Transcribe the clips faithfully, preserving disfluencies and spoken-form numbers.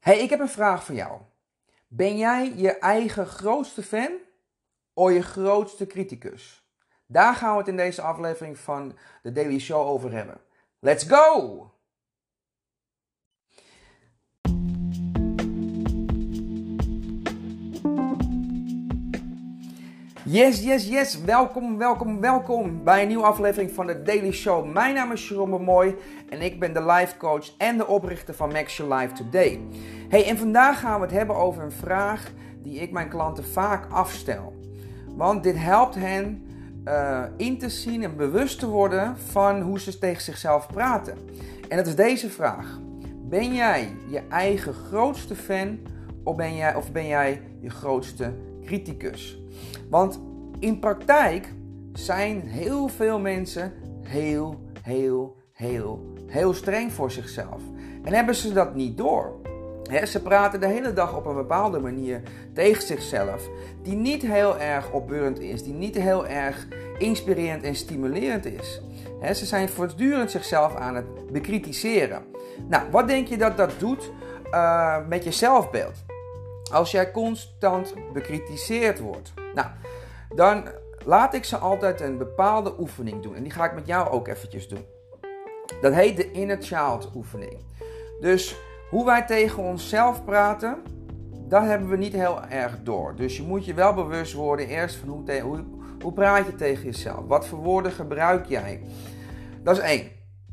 Hey, ik heb een vraag voor jou. Ben jij je eigen grootste fan of je grootste criticus? Daar gaan we het in deze aflevering van The Daily Show over hebben. Let's go! Yes, yes, yes. Welkom, welkom, welkom bij een nieuwe aflevering van The Daily Show. Mijn naam is Jerome Mooi en ik ben de life coach en de oprichter van Max Your Life Today. Hey, en vandaag gaan we het hebben over een vraag die ik mijn klanten vaak afstel. Want dit helpt hen uh, in te zien en bewust te worden van hoe ze tegen zichzelf praten. En dat is deze vraag. Ben jij je eigen grootste fan of ben jij, of ben jij je grootste criticus? Want in praktijk zijn heel veel mensen heel, heel, heel, heel streng voor zichzelf. En hebben ze dat niet door. He, ze praten de hele dag op een bepaalde manier tegen zichzelf, die niet heel erg opbeurend is, die niet heel erg inspirerend en stimulerend is. He, ze zijn voortdurend zichzelf aan het bekritiseren. Nou, wat denk je dat dat doet uh, met je zelfbeeld? Als jij constant bekritiseerd wordt. Nou, dan laat ik ze altijd een bepaalde oefening doen. En die ga ik met jou ook eventjes doen. Dat heet de Inner Child oefening. Dus hoe wij tegen onszelf praten, dat hebben we niet heel erg door. Dus je moet je wel bewust worden eerst van hoe, te- hoe, hoe praat je tegen jezelf? Wat voor woorden gebruik jij? Dat is één.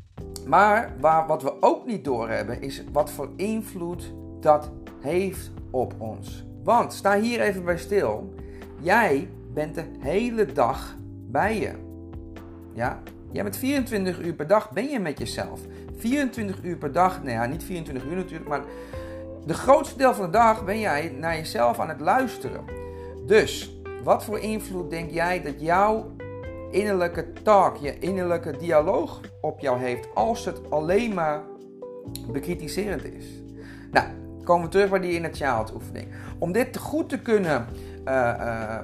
Maar waar, wat we ook niet doorhebben is wat voor invloed dat heeft op ons. Want, sta hier even bij stil. Jij bent de hele dag bij je. Ja? Jij bent vierentwintig uur per dag ben je met jezelf. vierentwintig uur per dag, nou ja, niet vierentwintig uur natuurlijk, maar de grootste deel van de dag ben jij naar jezelf aan het luisteren. Dus, wat voor invloed denk jij dat jouw innerlijke talk, je innerlijke dialoog op jou heeft als het alleen maar bekritiserend is? Nou, komen we terug bij die Inner Child oefening. Om dit goed te kunnen, uh, uh,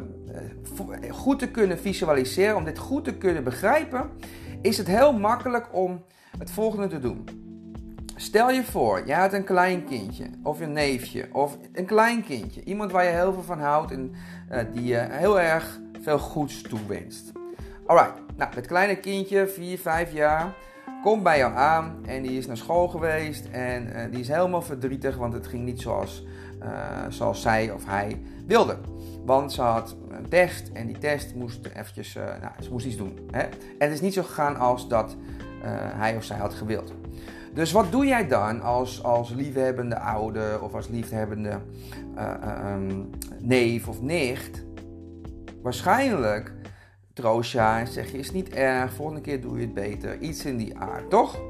goed te kunnen visualiseren, om dit goed te kunnen begrijpen, is het heel makkelijk om het volgende te doen. Stel je voor, je hebt een klein kindje, of een neefje, of een klein kindje. Iemand waar je heel veel van houdt en uh, die je heel erg veel goeds toewenst. Alright, nou, het kleine kindje, vier, vijf jaar, komt bij jou aan en die is naar school geweest en uh, die is helemaal verdrietig, want het ging niet zoals, uh, zoals zij of hij wilde. Want ze had een test en die test moest eventjes, uh, nou, ze moest iets doen. Hè? En het is niet zo gegaan als dat uh, hij of zij had gewild. Dus wat doe jij dan als, als liefhebbende ouder of als liefhebbende uh, um, neef of nicht? Waarschijnlijk troost je haar en zeg je, is niet erg, volgende keer doe je het beter. Iets in die aard, toch?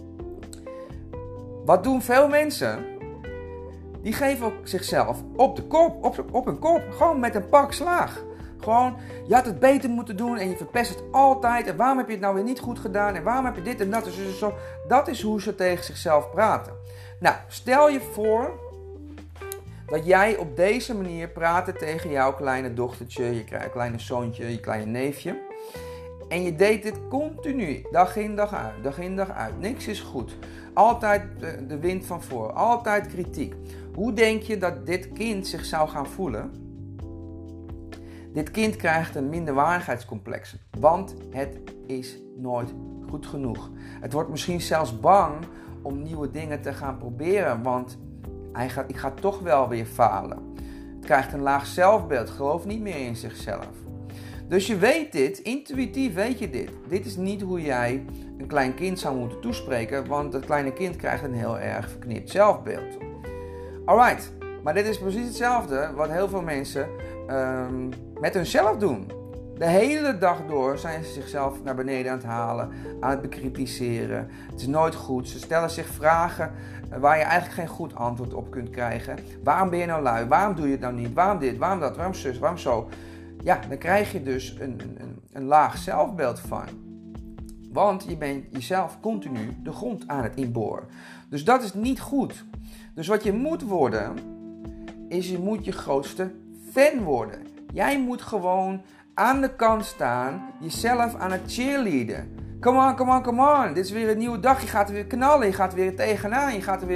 Wat doen veel mensen? Die geven ook zichzelf op de kop, op, op hun kop, gewoon met een pak slaag. Gewoon, je had het beter moeten doen en je verpest het altijd. En waarom heb je het nou weer niet goed gedaan? En waarom heb je dit en dat? Dus zo. Dat is hoe ze tegen zichzelf praten. Nou, stel je voor dat jij op deze manier praat tegen jouw kleine dochtertje, je kleine zoontje, je kleine neefje. En je deed dit continu, dag in dag uit, dag in dag uit. Niks is goed. Altijd de, de wind van voor, altijd kritiek. Hoe denk je dat dit kind zich zou gaan voelen? Dit kind krijgt een minderwaardigheidscomplex, want het is nooit goed genoeg. Het wordt misschien zelfs bang om nieuwe dingen te gaan proberen, want hij gaat, ik ga toch wel weer falen. Het krijgt een laag zelfbeeld, gelooft niet meer in zichzelf. Dus je weet dit, intuïtief weet je dit. Dit is niet hoe jij een klein kind zou moeten toespreken, want dat kleine kind krijgt een heel erg verknipt zelfbeeld. Alright, maar dit is precies hetzelfde wat heel veel mensen um, met hunzelf doen. De hele dag door zijn ze zichzelf naar beneden aan het halen, aan het bekritiseren. Het is nooit goed. Ze stellen zich vragen waar je eigenlijk geen goed antwoord op kunt krijgen. Waarom ben je nou lui? Waarom doe je het nou niet? Waarom dit? Waarom dat? Waarom zus? Waarom zo? Ja, dan krijg je dus een, een, een laag zelfbeeld van. Want je bent jezelf continu de grond aan het inboren. Dus dat is niet goed. Dus wat je moet worden, is je moet je grootste fan worden. Jij moet gewoon aan de kant staan, jezelf aan het cheerleaden. Come on, come on, come on. Dit is weer een nieuwe dag. Je gaat er weer knallen. Je gaat er weer tegenaan. Je gaat er weer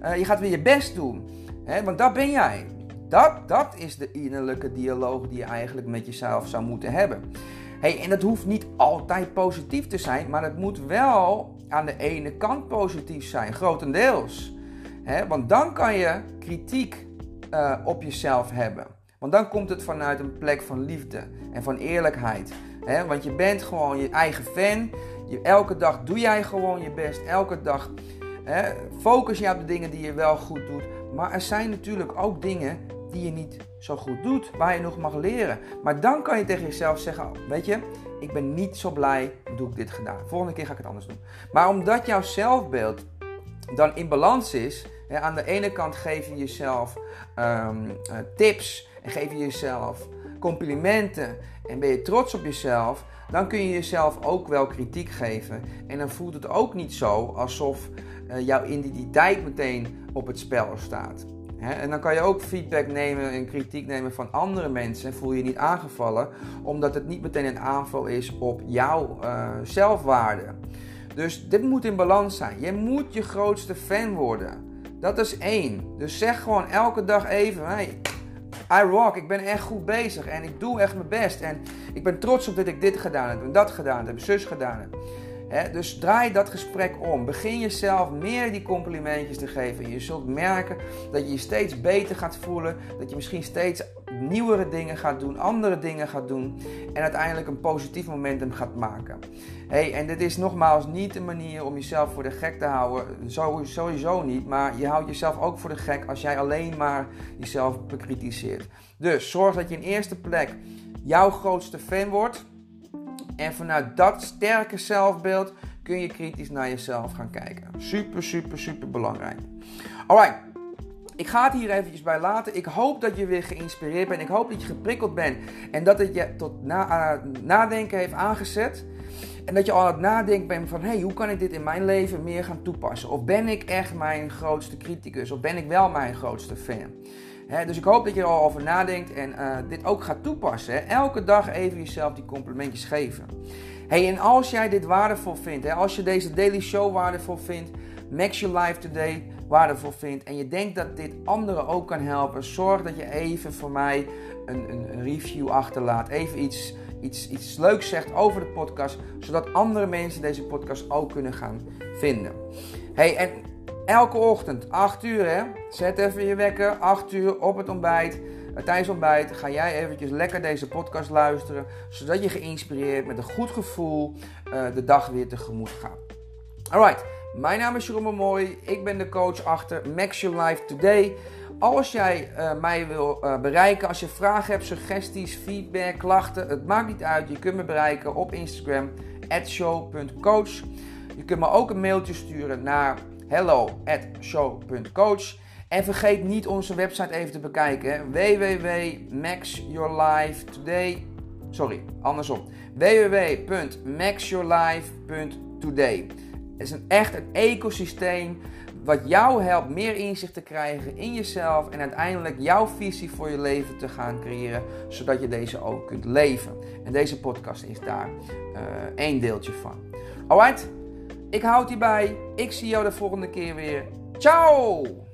Uh, je gaat weer je best doen. Hè? Want dat ben jij. Dat, dat is de innerlijke dialoog die je eigenlijk met jezelf zou moeten hebben. Hey, en dat hoeft niet altijd positief te zijn, maar het moet wel aan de ene kant positief zijn, grotendeels. Hè? Want dan kan je kritiek uh, op jezelf hebben. Want dan komt het vanuit een plek van liefde en van eerlijkheid. Hè? Want je bent gewoon je eigen fan. Je, elke dag doe jij gewoon je best. Elke dag hè, focus je op de dingen die je wel goed doet. Maar er zijn natuurlijk ook dingen die je niet zo goed doet, waar je nog mag leren. Maar dan kan je tegen jezelf zeggen, weet je, ik ben niet zo blij, doe ik dit gedaan. Volgende keer ga ik het anders doen. Maar omdat jouw zelfbeeld dan in balans is, hè, aan de ene kant geef je jezelf um, uh, tips en geef je jezelf complimenten en ben je trots op jezelf, dan kun je jezelf ook wel kritiek geven. En dan voelt het ook niet zo alsof uh, jouw identiteit meteen op het spel staat. He, en dan kan je ook feedback nemen en kritiek nemen van andere mensen en voel je niet aangevallen, omdat het niet meteen een aanval is op jouw uh, zelfwaarde. Dus dit moet in balans zijn. Je moet je grootste fan worden. Dat is één. Dus zeg gewoon elke dag even, hey, I rock, ik ben echt goed bezig en ik doe echt mijn best. En ik ben trots op dat ik dit gedaan heb en dat gedaan heb, zus gedaan heb. He, dus draai dat gesprek om. Begin jezelf meer die complimentjes te geven. En je zult merken dat je je steeds beter gaat voelen. Dat je misschien steeds nieuwere dingen gaat doen. Andere dingen gaat doen. En uiteindelijk een positief momentum gaat maken. Hey, en dit is nogmaals niet een manier om jezelf voor de gek te houden. Sowieso niet. Maar je houdt jezelf ook voor de gek als jij alleen maar jezelf bekritiseert. Dus zorg dat je in eerste plek jouw grootste fan wordt. En vanuit dat sterke zelfbeeld kun je kritisch naar jezelf gaan kijken. Super, super, super belangrijk. Alright, ik ga het hier eventjes bij laten. Ik hoop dat je weer geïnspireerd bent. Ik hoop dat je geprikkeld bent. En dat het je tot na, uh, nadenken heeft aangezet. En dat je al aan het nadenken bent van, hey, hoe kan ik dit in mijn leven meer gaan toepassen? Of ben ik echt mijn grootste criticus? Of ben ik wel mijn grootste fan? He, dus ik hoop dat je er al over nadenkt en uh, dit ook gaat toepassen. He. Elke dag even jezelf die complimentjes geven. Hey, en als jij dit waardevol vindt, he, als je deze Daily Show waardevol vindt, Max Your Life Today waardevol vindt en je denkt dat dit anderen ook kan helpen, zorg dat je even voor mij een, een, een review achterlaat. Even iets, iets, iets leuks zegt over de podcast, zodat andere mensen deze podcast ook kunnen gaan vinden. Hey, en elke ochtend, acht uur hè, zet even je wekker, acht uur op het ontbijt. Tijdens ontbijt ga jij eventjes lekker deze podcast luisteren, zodat je geïnspireerd met een goed gevoel uh, de dag weer tegemoet gaat. Alright, mijn naam is Jeroen Mooi, ik ben de coach achter Max Your Life Today. Als jij uh, mij wil uh, bereiken, als je vragen hebt, suggesties, feedback, klachten, het maakt niet uit. Je kunt me bereiken op Instagram, at show punt coach. Je kunt me ook een mailtje sturen naar hello at show punt coach. En vergeet niet onze website even te bekijken. w w w punt max your life today. Sorry, andersom. w w w punt max your life punt today. Het is een, echt een ecosysteem wat jou helpt meer inzicht te krijgen in jezelf. En uiteindelijk jouw visie voor je leven te gaan creëren. Zodat je deze ook kunt leven. En deze podcast is daar uh, één deeltje van. Alright? Ik houd hierbij. Ik zie jou de volgende keer weer. Ciao!